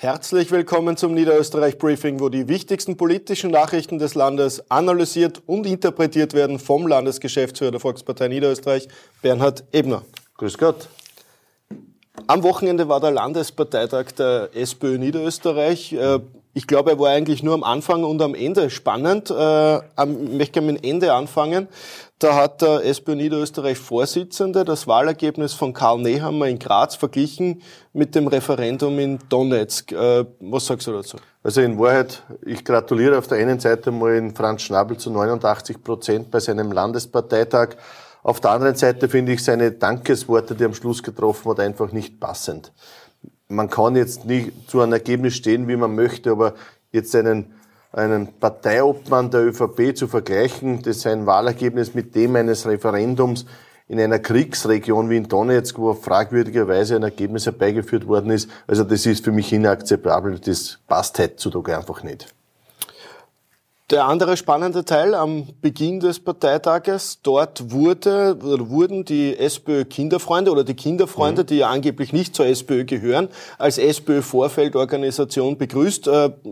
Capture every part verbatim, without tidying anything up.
Herzlich willkommen zum Niederösterreich Briefing, wo die wichtigsten politischen Nachrichten des Landes analysiert und interpretiert werden vom Landesgeschäftsführer der Volkspartei Niederösterreich, Bernhard Ebner. Grüß Gott. Am Wochenende war der Landesparteitag der SPÖ Niederösterreich. Ich glaube, er war eigentlich nur am Anfang und am Ende spannend. Ich möchte mit dem Ende anfangen. Da hat der SPÖ Niederösterreich Vorsitzende das Wahlergebnis von Karl Nehammer in Graz verglichen mit dem Referendum in Donetsk. Was sagst du dazu? Also in Wahrheit, ich gratuliere auf der einen Seite mal in Franz Schnabel zu neunundachtzig Prozent bei seinem Landesparteitag. Auf der anderen Seite finde ich seine Dankesworte, die er am Schluss getroffen hat, einfach nicht passend. Man kann jetzt nicht zu einem Ergebnis stehen, wie man möchte, aber jetzt einen, einen Parteiobmann der ÖVP zu vergleichen, das sein Wahlergebnis mit dem eines Referendums in einer Kriegsregion wie in Donetsk, wo fragwürdigerweise ein Ergebnis herbeigeführt worden ist, also das ist für mich inakzeptabel, das passt heutzutage einfach nicht. Der andere spannende Teil am Beginn des Parteitages, dort wurde, oder wurden die SPÖ-Kinderfreunde oder die Kinderfreunde, mhm. die ja angeblich nicht zur SPÖ gehören, als SPÖ-Vorfeldorganisation begrüßt.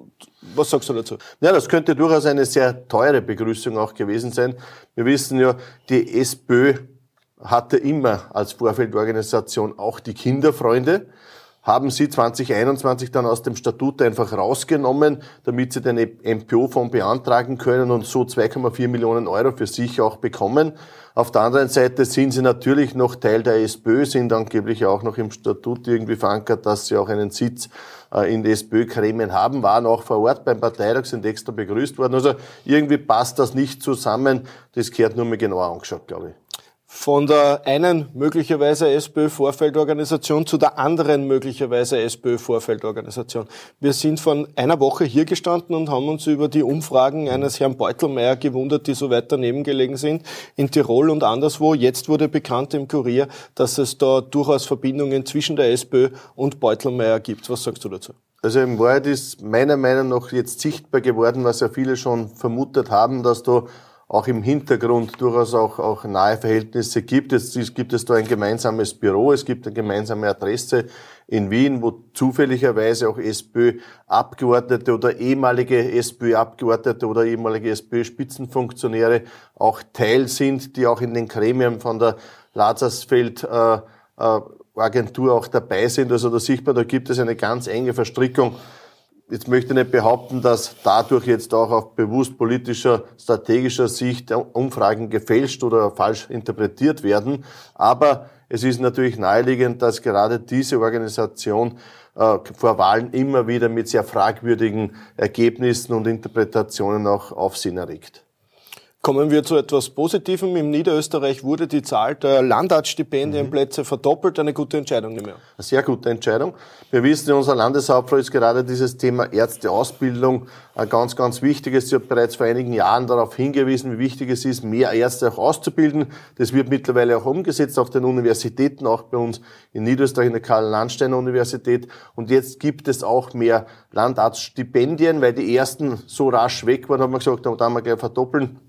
Was sagst du dazu? Ja, das könnte durchaus eine sehr teure Begrüßung auch gewesen sein. Wir wissen ja, die SPÖ hatte immer als Vorfeldorganisation auch die Kinderfreunde. Haben sie zwanzig einundzwanzig dann aus dem Statut einfach rausgenommen, damit sie den M P O-Fonds beantragen können und so zwei Komma vier Millionen Euro für sich auch bekommen. Auf der anderen Seite sind sie natürlich noch Teil der SPÖ, sind angeblich auch noch im Statut irgendwie verankert, dass sie auch einen Sitz in den SPÖ-Gremien haben, waren auch vor Ort beim Parteitag, sind extra begrüßt worden. Also irgendwie passt das nicht zusammen. Das gehört nur mal genauer angeschaut, glaube ich. Von der einen möglicherweise SPÖ-Vorfeldorganisation zu der anderen möglicherweise SPÖ-Vorfeldorganisation. Wir sind von einer Woche hier gestanden und haben uns über die Umfragen eines Herrn Beutelmeier gewundert, die so weit daneben gelegen sind, in Tirol und anderswo. Jetzt wurde bekannt im Kurier, dass es da durchaus Verbindungen zwischen der SPÖ und Beutelmeier gibt. Was sagst du dazu? Also in Wahrheit ist meiner Meinung nach jetzt sichtbar geworden, was ja viele schon vermutet haben, dass da auch im Hintergrund durchaus auch, auch nahe Verhältnisse gibt. Jetzt gibt es da ein gemeinsames Büro, es gibt eine gemeinsame Adresse in Wien, wo zufälligerweise auch SPÖ-Abgeordnete oder ehemalige SPÖ-Abgeordnete oder ehemalige SPÖ-Spitzenfunktionäre auch Teil sind, die auch in den Gremien von der Lazarsfeld äh, äh, Agentur auch dabei sind. Also da sieht man, da gibt es eine ganz enge Verstrickung. Jetzt möchte ich nicht behaupten, dass dadurch jetzt auch auf bewusst politischer, strategischer Sicht Umfragen gefälscht oder falsch interpretiert werden. Aber es ist natürlich naheliegend, dass gerade diese Organisation äh, vor Wahlen immer wieder mit sehr fragwürdigen Ergebnissen und Interpretationen auch Aufsehen erregt. Kommen wir zu etwas Positivem. Im Niederösterreich wurde die Zahl der Landarztstipendienplätze mhm. verdoppelt. Eine gute Entscheidung, nicht mehr. Eine sehr gute Entscheidung. Wir wissen, in unserer Landeshauptfrau ist gerade dieses Thema Ärzteausbildung ein ganz, ganz wichtiges. Sie hat bereits vor einigen Jahren darauf hingewiesen, wie wichtig es ist, mehr Ärzte auch auszubilden. Das wird mittlerweile auch umgesetzt auf den Universitäten, auch bei uns in Niederösterreich in der Karl-Landsteiner-Universität. Und jetzt gibt es auch mehr Landarztstipendien, weil die ersten so rasch weg waren, haben wir gesagt, da haben wir gleich verdoppeln.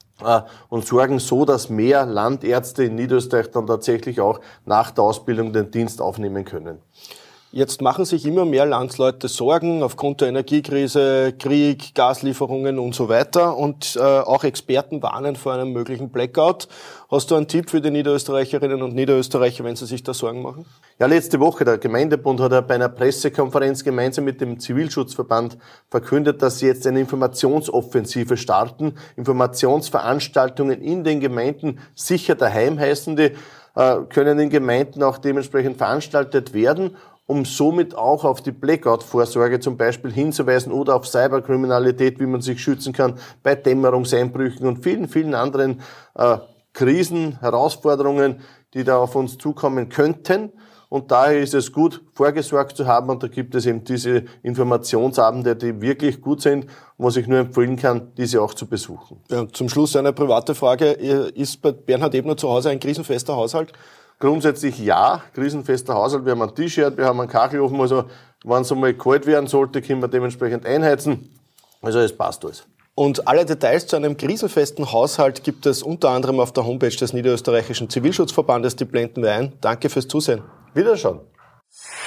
Und sorgen so, dass mehr Landärzte in Niederösterreich dann tatsächlich auch nach der Ausbildung den Dienst aufnehmen können. Jetzt machen sich immer mehr Landsleute Sorgen aufgrund der Energiekrise, Krieg, Gaslieferungen und so weiter. Und äh, auch Experten warnen vor einem möglichen Blackout. Hast du einen Tipp für die Niederösterreicherinnen und Niederösterreicher, wenn sie sich da Sorgen machen? Ja, letzte Woche, der Gemeindebund hat ja bei einer Pressekonferenz gemeinsam mit dem Zivilschutzverband verkündet, dass sie jetzt eine Informationsoffensive starten. Informationsveranstaltungen in den Gemeinden, sicher daheim heißen die, äh, können in Gemeinden auch dementsprechend veranstaltet werden, um somit auch auf die Blackout-Vorsorge zum Beispiel hinzuweisen oder auf Cyberkriminalität, wie man sich schützen kann, bei Dämmerungseinbrüchen und vielen, vielen anderen äh, Krisen, Herausforderungen, die da auf uns zukommen könnten. Und daher ist es gut, vorgesorgt zu haben. Und da gibt es eben diese Informationsabende, die wirklich gut sind, was ich nur empfehlen kann, diese auch zu besuchen. Ja, zum Schluss eine private Frage. Ist bei Bernhard Ebner zu Hause ein krisenfester Haushalt? Grundsätzlich ja, krisenfester Haushalt. Wir haben ein T-Shirt, wir haben einen Kachelofen, also wenn es einmal kalt werden sollte, können wir dementsprechend einheizen. Also es passt alles. Und alle Details zu einem krisenfesten Haushalt gibt es unter anderem auf der Homepage des Niederösterreichischen Zivilschutzverbandes. Die blenden wir ein. Danke fürs Zusehen. Wiederschauen.